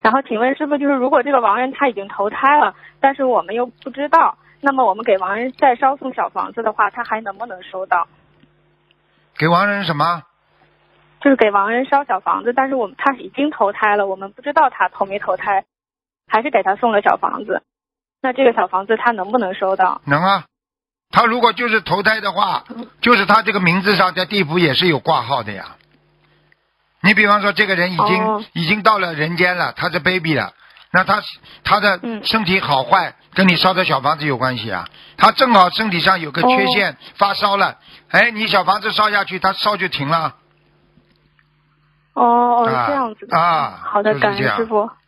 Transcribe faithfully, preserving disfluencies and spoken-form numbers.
然后请问师傅，就是如果这个亡人他已经投胎了，但是我们又不知道，那么我们给亡人再烧送小房子的话，他还能不能收到？ 给亡人什么？ 就是给亡人烧小房子，但是我们他已经投胎了，我们不知道他投没投胎，还是给他送了小房子。那这个小房子他能不能收到？ 能啊，他如果就是投胎的话，就是他这个名字上在地府也是有挂号的呀。你比方说这个人已经、 哦、 已经到了人间了，他是 baby 了，那他他的身体好坏、嗯、跟你烧的小房子有关系啊。他正好身体上有个缺陷、哦、发烧了，哎，你小房子烧下去，他烧就停了。 哦哦，这样子的啊， 好的， 就是、 感恩师傅。